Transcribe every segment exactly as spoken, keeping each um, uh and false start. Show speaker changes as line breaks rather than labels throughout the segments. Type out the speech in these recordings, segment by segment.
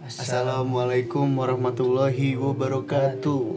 Assalamualaikum warahmatullahi wabarakatuh.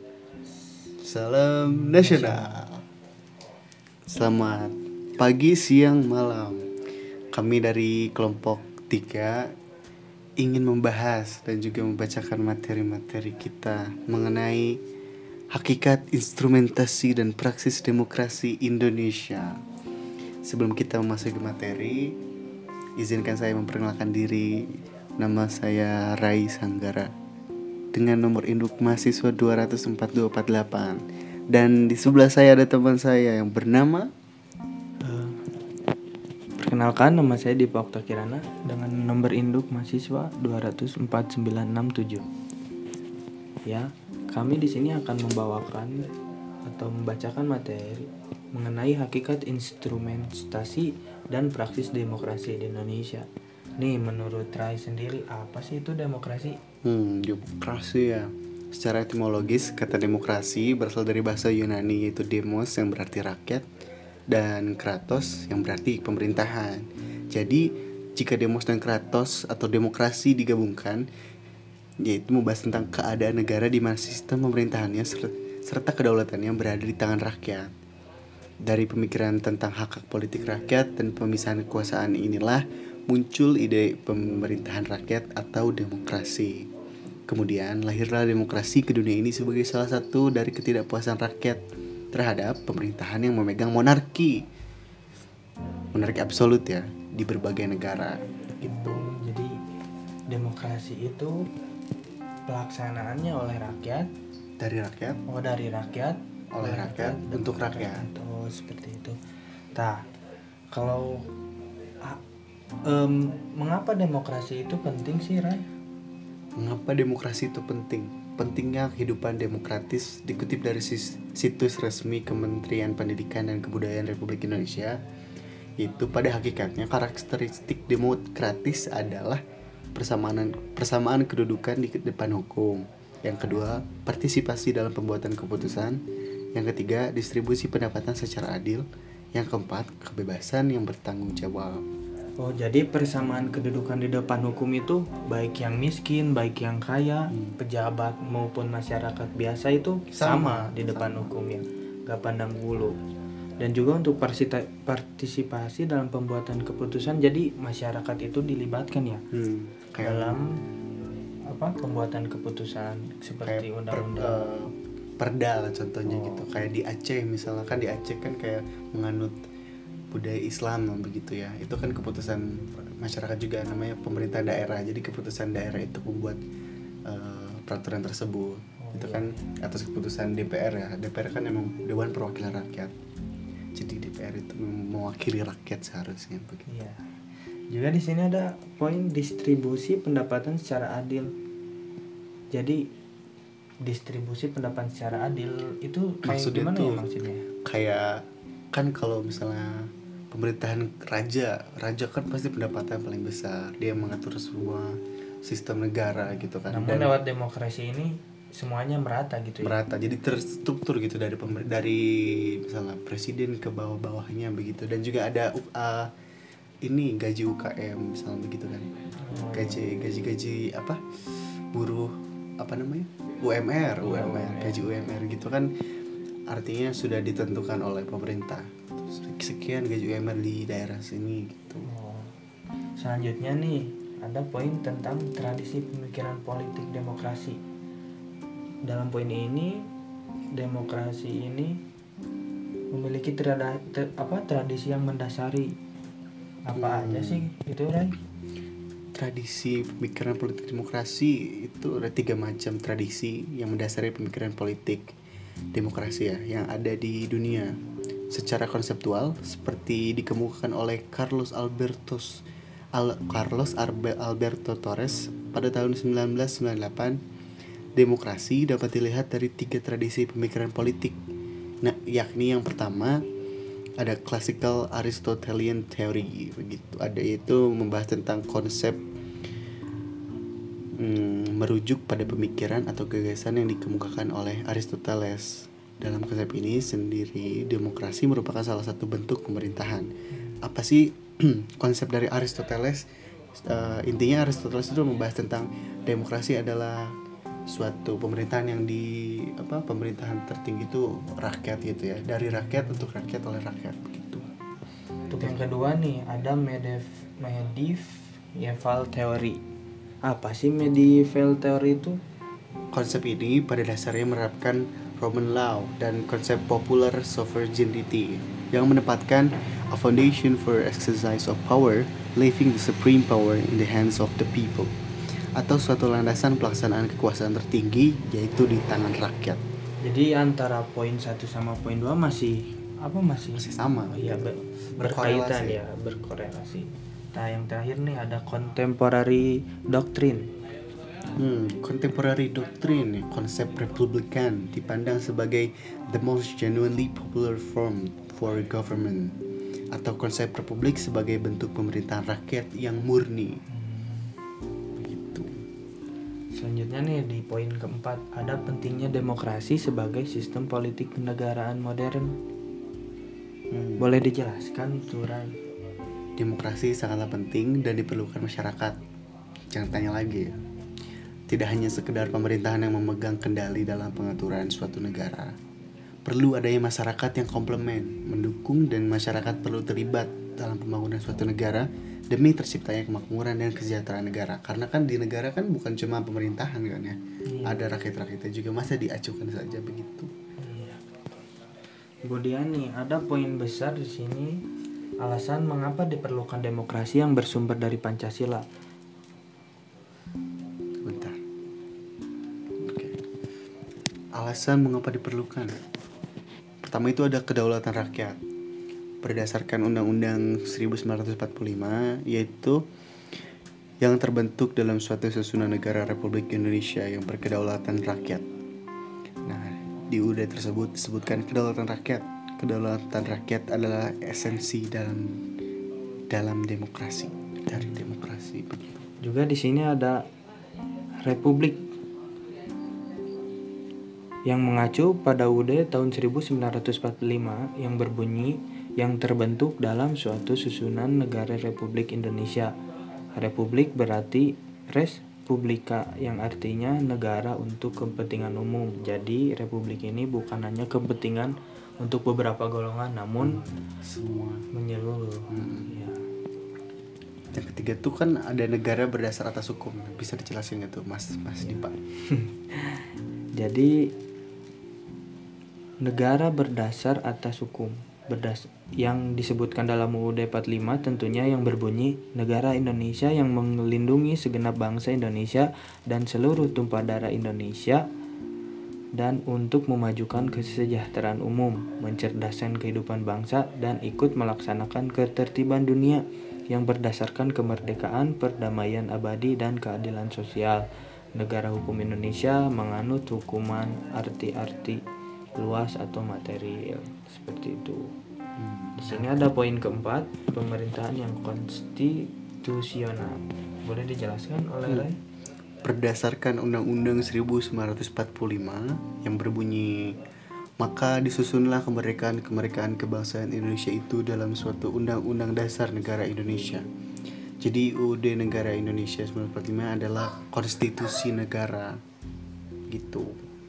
Salam nasional. Selamat pagi, siang, malam. Kami dari kelompok tiga ingin membahas dan juga membacakan materi-materi kita mengenai hakikat instrumentasi dan praksis demokrasi Indonesia. Sebelum kita memasuki materi, izinkan saya memperkenalkan diri. Nama saya Rai Sanggara dengan nomor induk mahasiswa dua nol empat dua empat delapan. Dan di sebelah saya ada teman saya yang bernama
uh, Perkenalkan, nama saya Dipa Okta Kirana dengan nomor induk mahasiswa dua nol empat sembilan enam tujuh. Ya, kami di sini akan membawakan atau membacakan materi mengenai hakikat instrumentasi dan praksis demokrasi di Indonesia. Nih, menurut Rai sendiri, apa sih itu demokrasi?
Hmm, demokrasi ya. Secara etimologis, kata demokrasi berasal dari bahasa Yunani, yaitu demos yang berarti rakyat dan kratos yang berarti pemerintahan. Jadi, jika demos dan kratos atau demokrasi digabungkan, yaitu membahas tentang keadaan negara di mana sistem pemerintahannya serta kedaulatannya berada di tangan rakyat. Dari pemikiran tentang hak-hak politik rakyat dan pemisahan kekuasaan inilah muncul ide pemerintahan rakyat atau demokrasi. Kemudian lahirlah demokrasi ke dunia ini sebagai salah satu dari ketidakpuasan rakyat terhadap pemerintahan yang memegang monarki. Monarki absolut ya, di berbagai negara gitu.
Jadi demokrasi itu pelaksanaannya oleh rakyat,
dari rakyat,
oh dari rakyat,
oleh rakyat, untuk rakyat.
Oh, seperti itu. Nah, kalau Um, mengapa demokrasi itu penting sih, Ray?
Mengapa demokrasi itu penting? Pentingnya kehidupan demokratis dikutip dari situs resmi Kementerian Pendidikan dan Kebudayaan Republik Indonesia. Itu pada hakikatnya karakteristik demokratis adalah persamaan persamaan kedudukan di depan hukum. Yang kedua, partisipasi dalam pembuatan keputusan. Yang ketiga, distribusi pendapatan secara adil. Yang keempat, kebebasan yang bertanggung jawab.
Oh, jadi persamaan kedudukan di depan hukum itu baik yang miskin, baik yang kaya, hmm. pejabat maupun masyarakat biasa itu sama, sama di depan sama. hukum ya, gak pandang bulu. Dan juga untuk partisipasi dalam pembuatan keputusan, jadi masyarakat itu dilibatkan ya hmm. dalam apa pembuatan keputusan seperti kayak undang-undang per, uh,
perda lah contohnya oh. gitu. Kayak di Aceh misalnya, kan di Aceh kan kayak menganut budaya Islam begitu ya, itu kan keputusan masyarakat juga, namanya pemerintah daerah. Jadi keputusan daerah itu membuat uh, peraturan tersebut. Oh, itu iya. kan atas keputusan D P R ya. D P R kan emang Dewan Perwakilan Rakyat. Jadi D P R itu mewakili rakyat seharusnya begitu.
Iya. Juga di sini ada poin distribusi pendapatan secara adil. Jadi distribusi pendapatan secara adil itu kayak maksudnya gimana ya maksudnya?
Kayak kan kalau misalnya pemerintahan raja, raja kan pasti pendapatan paling besar. Dia mengatur semua sistem negara gitu kan.
Namun dan lewat demokrasi ini semuanya merata gitu ya.
Merata, jadi terstruktur gitu dari pemer- dari misalnya presiden ke bawah-bawahnya begitu. Dan juga ada uh, ini gaji U K M misalnya begitu kan. Oh. Gaji gaji-gaji apa? Buruh apa namanya? U M R, U M R, gaji U M R gitu kan. Artinya sudah ditentukan oleh pemerintah. Sekian gaji U M R di daerah sini gitu.
Oh. Selanjutnya nih ada poin tentang tradisi pemikiran politik demokrasi. Dalam poin ini demokrasi ini memiliki terada, ter, apa tradisi yang mendasari apa hmm. aja sih itu, Ray?
Tradisi pemikiran politik demokrasi itu ada tiga macam tradisi yang mendasari pemikiran politik demokrasi ya yang ada di dunia. Secara konseptual seperti dikemukakan oleh Carlos Albertos Al, Carlos Arbe, Alberto Torres pada tahun sembilan belas sembilan puluh delapan, demokrasi dapat dilihat dari tiga tradisi pemikiran politik. Nah, yakni yang pertama ada classical Aristotelian theory begitu. Ada itu membahas tentang konsep hmm, merujuk pada pemikiran atau gagasan yang dikemukakan oleh Aristoteles. Dalam konsep ini sendiri, demokrasi merupakan salah satu bentuk pemerintahan. Apa sih konsep dari Aristoteles? Uh, intinya Aristoteles itu membahas tentang demokrasi adalah suatu pemerintahan yang di apa pemerintahan tertinggi itu rakyat gitu ya, dari rakyat untuk rakyat oleh rakyat begitu.
Untuk yang kedua nih ada mediev medieval theory. Apa sih medieval theory itu?
Konsep ini pada dasarnya menerapkan Roman law dan konsep popular sovereignty yang menempatkan a foundation for exercise of power, leaving the supreme power in the hands of the people, atau suatu landasan pelaksanaan kekuasaan tertinggi yaitu di tangan rakyat.
Jadi antara poin satu sama poin dua masih apa masih
masih sama.
Oh, iya ber, berkaitan ya, berkorelasi. Nah, yang terakhir nih ada contemporary doctrine.
Hmm, contemporary doctrine, konsep republikan dipandang sebagai the most genuinely popular form for government, atau konsep republik sebagai bentuk pemerintahan rakyat yang murni. Begitu.
Selanjutnya nih di poin keempat ada pentingnya demokrasi sebagai sistem politik kenegaraan modern. Hmm. Boleh dijelaskan tuh, Ray?
Demokrasi sangatlah penting dan diperlukan masyarakat. Jangan tanya lagi ya. Tidak hanya sekedar pemerintahan yang memegang kendali dalam pengaturan suatu negara. Perlu adanya masyarakat yang komplement, mendukung, dan masyarakat perlu terlibat dalam pembangunan suatu negara demi terciptanya kemakmuran dan kesejahteraan negara. Karena kan di negara kan bukan cuma pemerintahan kan ya. Iya. Ada rakyat-rakyatnya juga, masa diacukan saja begitu.
Iya. Kemudian nih ada poin besar di sini, alasan mengapa diperlukan demokrasi yang bersumber dari Pancasila.
Alasan mengapa diperlukan. Pertama itu ada kedaulatan rakyat. Berdasarkan Undang-Undang seribu sembilan ratus empat puluh lima, yaitu yang terbentuk dalam suatu susunan negara Republik Indonesia yang berkedaulatan rakyat. Nah, di U U D tersebut disebutkan kedaulatan rakyat. Kedaulatan rakyat adalah esensi dalam dalam demokrasi, dari demokrasi begitu.
Juga di sini ada republik yang mengacu pada U U D tahun seribu sembilan ratus empat puluh lima yang berbunyi yang terbentuk dalam suatu susunan negara Republik Indonesia. Republik berarti res publica yang artinya negara untuk kepentingan umum. Jadi republik ini bukan hanya kepentingan untuk beberapa golongan namun
semua
menyeluruh.
Hmm.
Ya.
Yang ketiga tuh kan ada negara berdasar atas hukum. Bisa dijelasin nggak tuh Mas Mas Dipa?
Jadi negara berdasar atas hukum berdas yang disebutkan dalam U U D empat puluh lima tentunya yang berbunyi negara Indonesia yang melindungi segenap bangsa Indonesia dan seluruh tumpah darah Indonesia dan untuk memajukan kesejahteraan umum, mencerdaskan kehidupan bangsa dan ikut melaksanakan ketertiban dunia yang berdasarkan kemerdekaan, perdamaian abadi dan keadilan sosial. Negara hukum Indonesia menganut hukuman arti-arti luas atau material seperti itu. Hmm. Di sini ada poin keempat, pemerintahan yang konstitusional. Boleh dijelaskan oleh Ray?
Hmm. Berdasarkan Undang-Undang seribu sembilan ratus empat puluh lima yang berbunyi, maka disusunlah kemerdekaan-kemerdekaan kebangsaan Indonesia itu dalam suatu Undang-Undang Dasar Negara Indonesia. Jadi U U D Negara Indonesia seribu sembilan ratus empat puluh lima adalah konstitusi negara gitu.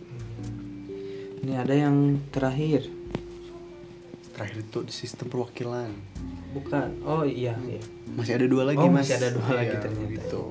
Ini ada yang terakhir.
Terakhir itu sistem perwakilan.
Bukan. Oh iya, iya.
Masih ada dua lagi,
oh,
Mas.
Masih ada dua
ya,
lagi ternyata.
Gitu.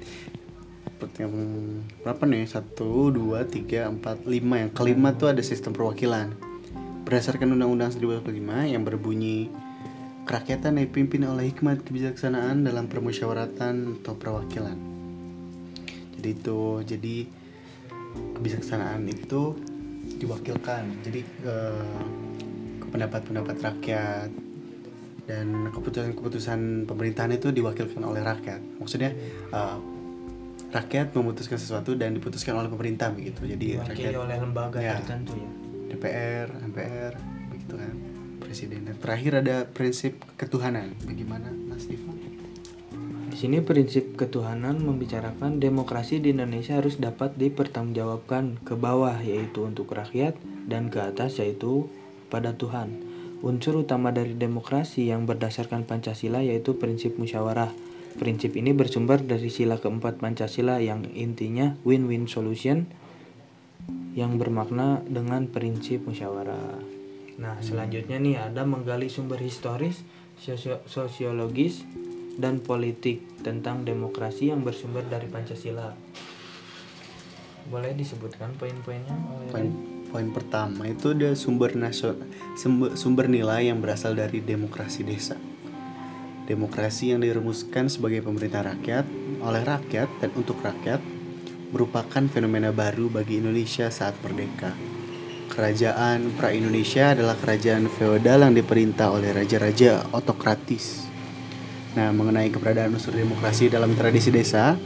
Yang berapa nih? Satu, dua, tiga, empat, lima. Yang kelima hmm. tuh ada sistem perwakilan. Berdasarkan Undang-Undang seribu sembilan ratus empat puluh lima yang berbunyi, kerakyatan dipimpin oleh hikmat kebijaksanaan dalam permusyawaratan atau perwakilan. Jadi itu, jadi kebijaksanaan itu diwakilkan. Jadi eh, pendapat-pendapat rakyat dan keputusan-keputusan pemerintahan itu diwakilkan oleh rakyat. Maksudnya eh, rakyat memutuskan sesuatu dan diputuskan oleh pemerintah begitu. Jadi
diwakili
rakyat
oleh lembaga
ya,
tertentu ya.
D P R, M P R begitu kan. Presiden. Dan terakhir ada prinsip ketuhanan. Bagaimana Mas Diva?
Di sini prinsip ketuhanan membicarakan demokrasi di Indonesia harus dapat dipertanggungjawabkan ke bawah yaitu untuk rakyat dan ke atas yaitu pada Tuhan. Unsur utama dari demokrasi yang berdasarkan Pancasila yaitu prinsip musyawarah. Prinsip ini bersumber dari sila keempat Pancasila yang intinya win-win solution yang bermakna dengan prinsip musyawarah. Nah, selanjutnya nih ada menggali sumber historis, sosio- sosiologis, dan politik tentang demokrasi yang bersumber dari Pancasila. Boleh disebutkan poin-poinnya?
Poin poin pertama itu ada sumber nasional, sumber, sumber nilai yang berasal dari demokrasi desa. Demokrasi yang dirumuskan sebagai pemerintah rakyat, oleh rakyat dan untuk rakyat, merupakan fenomena baru bagi Indonesia saat merdeka. Kerajaan pra-Indonesia adalah kerajaan feodal yang diperintah oleh raja-raja otokratis. Nah, mengenai keberadaan unsur demokrasi dalam tradisi desa,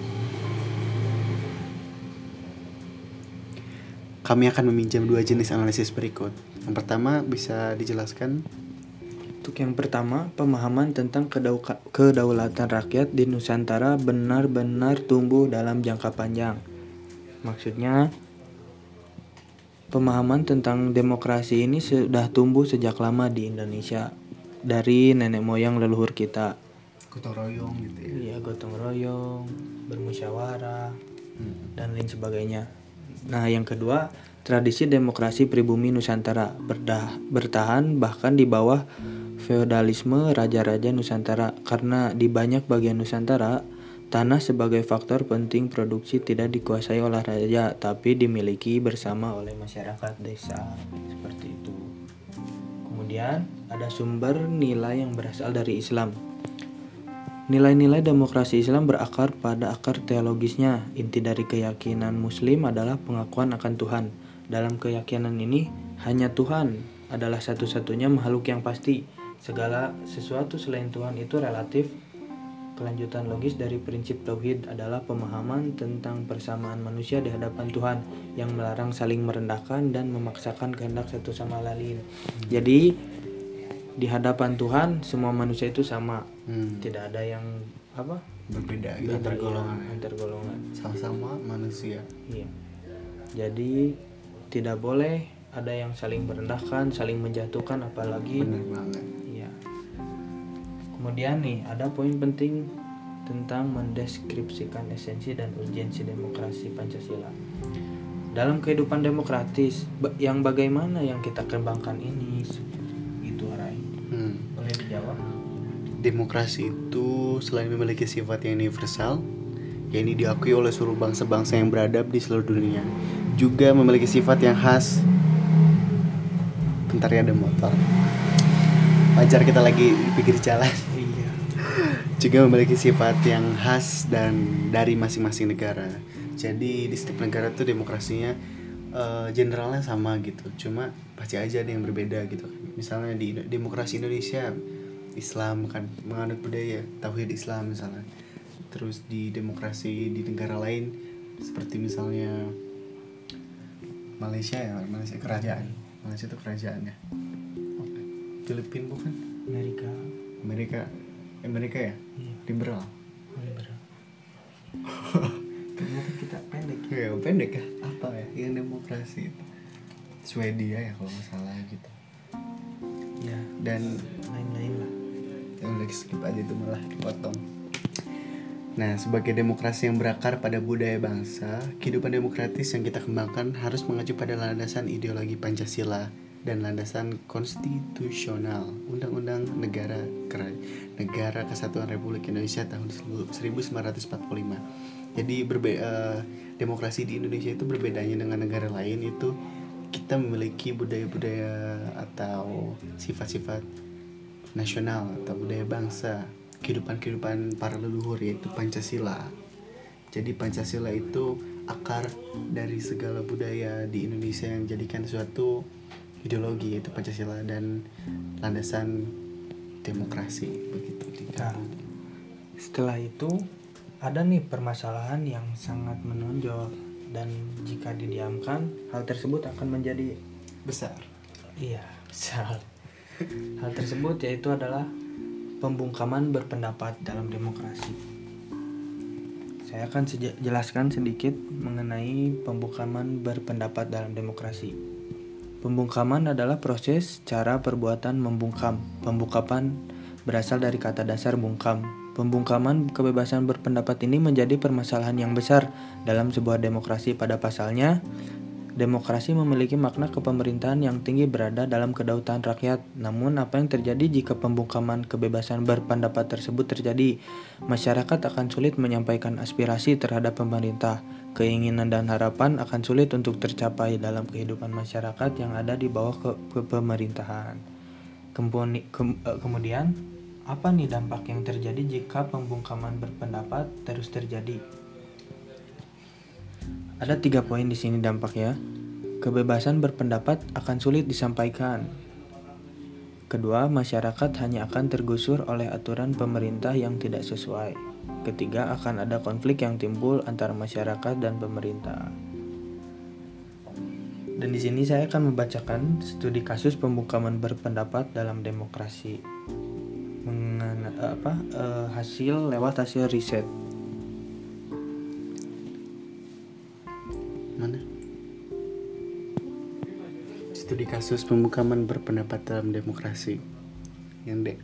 kami akan meminjam dua jenis analisis berikut. Yang pertama bisa dijelaskan.
Untuk yang pertama, pemahaman tentang kedau- kedaulatan rakyat di Nusantara benar-benar tumbuh dalam jangka panjang. Maksudnya, pemahaman tentang demokrasi ini sudah tumbuh sejak lama di Indonesia, dari nenek moyang leluhur kita.
Gotong royong gitu ya.
Iya, gotong royong, bermusyawarah, hmm. dan lain sebagainya. Nah, yang kedua, tradisi demokrasi pribumi Nusantara berdah, bertahan bahkan di bawah feodalisme raja-raja Nusantara, karena di banyak bagian Nusantara tanah sebagai faktor penting produksi tidak dikuasai oleh raja tapi dimiliki bersama oleh masyarakat desa, seperti itu. Kemudian ada sumber nilai yang berasal dari Islam. Nilai-nilai demokrasi Islam berakar pada akar teologisnya. Inti dari keyakinan Muslim adalah pengakuan akan Tuhan. Dalam keyakinan ini, hanya Tuhan adalah satu-satunya makhluk yang pasti. Segala sesuatu selain Tuhan itu relatif. Kelanjutan logis dari prinsip tauhid adalah pemahaman tentang persamaan manusia di hadapan Tuhan yang melarang saling merendahkan dan memaksakan kehendak satu sama lain. Hmm. Jadi di hadapan Tuhan semua manusia itu sama, hmm. tidak ada yang apa
berbeda gitu, antar golongan.
Antar golongan.
Sama-sama manusia.
Iya. Jadi tidak boleh ada yang saling merendahkan, saling menjatuhkan, apalagi.
Benar banget.
Iya. Kemudian nih ada poin penting tentang mendeskripsikan esensi dan urgensi demokrasi Pancasila. Dalam kehidupan demokratis yang bagaimana yang kita kembangkan ini, itu Rai. Hmm. Boleh dijawab?
Demokrasi itu selain memiliki sifat yang universal, yakni diakui oleh seluruh bangsa-bangsa yang beradab di seluruh dunia, juga memiliki sifat yang khas. Bentar ya, ada motor. Wajar kita lagi di pinggir jalan.
Iya.
Juga memiliki sifat yang khas dan dari masing-masing negara. Jadi di setiap negara tuh demokrasinya uh, generalnya sama gitu. Cuma pasti aja ada yang berbeda gitu kan. Misalnya di demokrasi Indonesia Islam kan menganut budaya tauhid Islam misalnya. Terus di demokrasi di negara lain seperti misalnya Malaysia ya, Malaysia kerajaan. Malaysia itu kerajaannya. Filipina bukan?
Amerika.
Amerika. Amerika ya?
Iya.
Liberal.
Liberal. Ternyata kita pendek.
Ya, pendek ya. Apa ya? Yang demokrasi itu. Swedia ya kalau nggak salah gitu.
Ya.
Dan
lain-lain lah.
Yang lagi skip aja itu malah dipotong. Nah, sebagai demokrasi yang berakar pada budaya bangsa, kehidupan demokratis yang kita kembangkan harus mengacu pada landasan ideologi Pancasila dan landasan konstitusional Undang-Undang Negara Negara Kesatuan Republik Indonesia tahun seribu sembilan ratus empat puluh lima. Jadi berbe- uh, demokrasi di Indonesia itu berbedanya dengan negara lain itu kita memiliki budaya-budaya atau sifat-sifat nasional atau budaya bangsa, kehidupan-kehidupan para leluhur, yaitu Pancasila. Jadi Pancasila itu akar dari segala budaya di Indonesia yang menjadikan suatu ideologi, yaitu Pancasila dan landasan demokrasi begitu.
Nah, setelah itu ada nih permasalahan yang sangat menonjol dan jika didiamkan hal tersebut akan menjadi
besar.
Iya, besar. Hal tersebut yaitu adalah pembungkaman berpendapat dalam demokrasi. Saya akan seja- jelaskan sedikit mengenai pembungkaman berpendapat dalam demokrasi. Pembungkaman adalah proses cara perbuatan membungkam. Pembungkaman berasal dari kata dasar bungkam. Pembungkaman kebebasan berpendapat ini menjadi permasalahan yang besar dalam sebuah demokrasi. Pada pasalnya, demokrasi memiliki makna kepemerintahan yang tinggi berada dalam kedaulatan rakyat. Namun, apa yang terjadi jika pembungkaman kebebasan berpendapat tersebut terjadi? Masyarakat akan sulit menyampaikan aspirasi terhadap pemerintah. Keinginan dan harapan akan sulit untuk tercapai dalam kehidupan masyarakat yang ada di bawah ke- kepemerintahan. Kempuni- kem- eh, kemudian, apa nih dampak yang terjadi jika pembungkaman berpendapat terus terjadi? Ada tiga poin di sini dampaknya. Kebebasan berpendapat akan sulit disampaikan. Kedua, masyarakat hanya akan tergusur oleh aturan pemerintah yang tidak sesuai. Ketiga, akan ada konflik yang timbul antara masyarakat dan pemerintah. Dan di sini saya akan membacakan studi kasus pembungkaman berpendapat dalam demokrasi. Mengena, apa eh, hasil lewat hasil riset.
Mana? Studi kasus pembungkaman berpendapat dalam demokrasi. Yang D.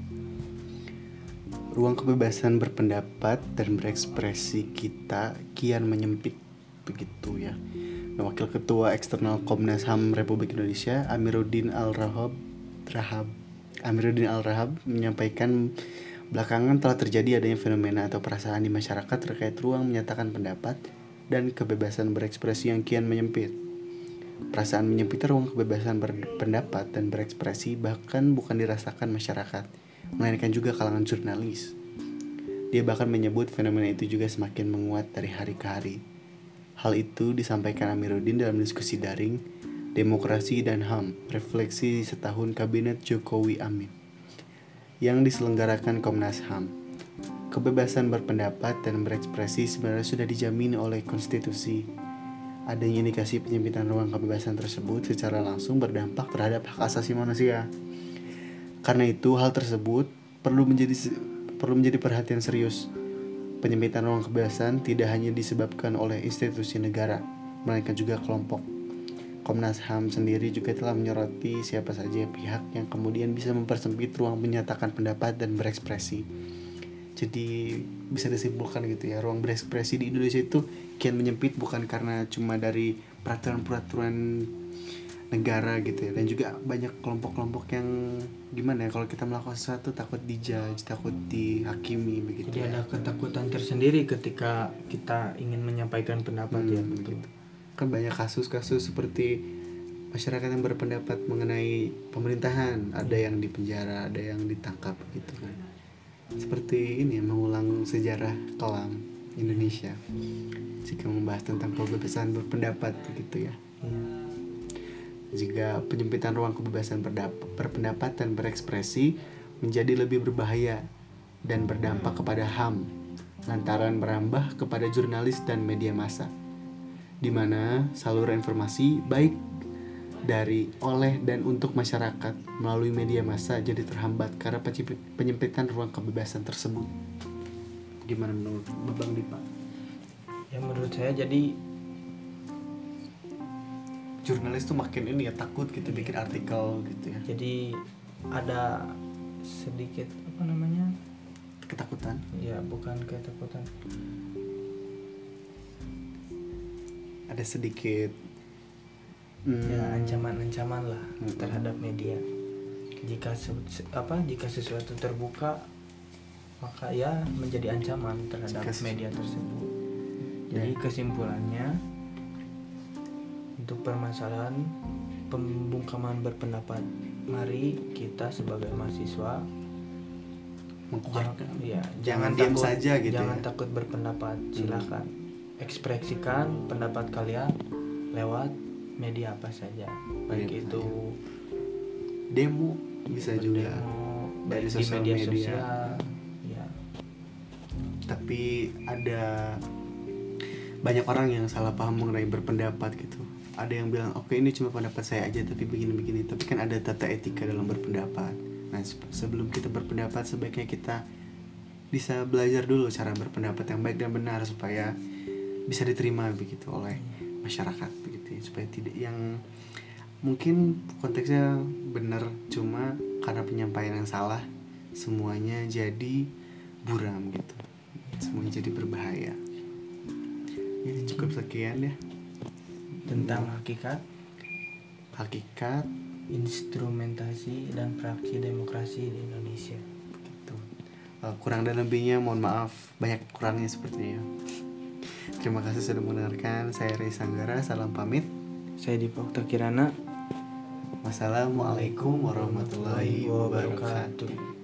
Ruang kebebasan berpendapat dan berekspresi kita kian menyempit, begitu ya. Wakil Ketua Eksternal Komnas H A M Republik Indonesia, Amiruddin Al-Rahab, Rahab, Amiruddin Al-Rahab menyampaikan belakangan telah terjadi adanya fenomena atau perasaan di masyarakat terkait ruang menyatakan pendapat dan kebebasan berekspresi yang kian menyempit. Perasaan menyempitnya ruang kebebasan berpendapat dan berekspresi bahkan bukan dirasakan masyarakat, melainkan juga kalangan jurnalis. Dia bahkan menyebut fenomena itu juga semakin menguat dari hari ke hari. Hal itu disampaikan Amiruddin dalam diskusi daring Demokrasi dan H A M, refleksi setahun Kabinet Jokowi Amin, yang diselenggarakan Komnas H A M. Kebebasan berpendapat dan berekspresi sebenarnya sudah dijamin oleh konstitusi. Adanya indikasi penyempitan ruang kebebasan tersebut secara langsung berdampak terhadap hak asasi manusia. Karena itu, hal tersebut perlu menjadi perlu menjadi perhatian serius. Penyempitan ruang kebebasan tidak hanya disebabkan oleh institusi negara, melainkan juga kelompok. Komnas H A M sendiri juga telah menyoroti siapa saja pihak yang kemudian bisa mempersempit ruang menyatakan pendapat dan berekspresi. Jadi bisa disimpulkan gitu ya, ruang berekspresi di Indonesia itu kian menyempit bukan karena cuma dari peraturan-peraturan negara gitu ya, dan juga banyak kelompok-kelompok yang gimana ya, kalau kita melakukan sesuatu takut dijudge, takut dihakimi begitu.
Jadi
ya.
ada ketakutan tersendiri ketika kita ingin menyampaikan pendapat
Hmm,
ya betul.
gitu. Kan banyak kasus-kasus seperti masyarakat yang berpendapat mengenai pemerintahan, ada yang dipenjara, ada yang ditangkap gitu kan. Seperti ini mengulang sejarah kelam Indonesia jika membahas tentang kebebasan berpendapat begitu ya.
Iya.
Jika penyempitan ruang kebebasan berpendapat dan berekspresi menjadi lebih berbahaya dan berdampak kepada H A M lantaran merambah kepada jurnalis dan media massa, di mana saluran informasi baik dari, oleh, dan untuk masyarakat melalui media massa jadi terhambat karena penyempitan ruang kebebasan tersebut. Gimana menurut Bang Dipa?
Ya menurut saya jadi
jurnalis tuh makin ini ya, takut gitu bikin artikel gitu ya.
jadi ada sedikit apa namanya?
Ketakutan.
Ya bukan ketakutan.
Ada sedikit hmm,
Ya ancaman-ancaman lah
hmm.
terhadap media. Jika se- apa jika sesuatu terbuka maka ya menjadi ancaman terhadap
Jika
media tersebut. Jadi
Ya.
kesimpulannya untuk permasalahan pembungkaman berpendapat, mari kita sebagai mahasiswa jangan, ya,
jangan
jangan
diam
takut,
saja gitu
jangan
ya.
takut berpendapat, silakan ekspresikan pendapat kalian lewat media apa saja, baik
Media
itu
demo bisa juga
berdemo,
dari
baik di
sosial
media,
media.
sosial, ya.
Tapi ada banyak orang yang salah paham mengenai berpendapat gitu. Ada yang bilang oke, ini cuma pendapat saya aja tapi begini-begini. Tapi kan ada tata etika dalam berpendapat. Nah sebelum kita berpendapat sebaiknya kita bisa belajar dulu cara berpendapat yang baik dan benar supaya bisa diterima begitu oleh masyarakat begitu ya. Supaya tidak yang mungkin konteksnya benar cuma karena penyampaian yang salah semuanya jadi buram gitu, semuanya jadi berbahaya. Ya, cukup sekian ya
tentang hakikat,
hakikat
instrumentasi dan praksi demokrasi di Indonesia.
gitu. Uh, kurang dan lebihnya mohon maaf, banyak kurangnya sepertinya. Terima kasih sudah mendengarkan. Saya Rey Sanggara, salam pamit.
Saya Dipa Okta Kirana.
Wassalamualaikum warahmatullahi wabarakatuh.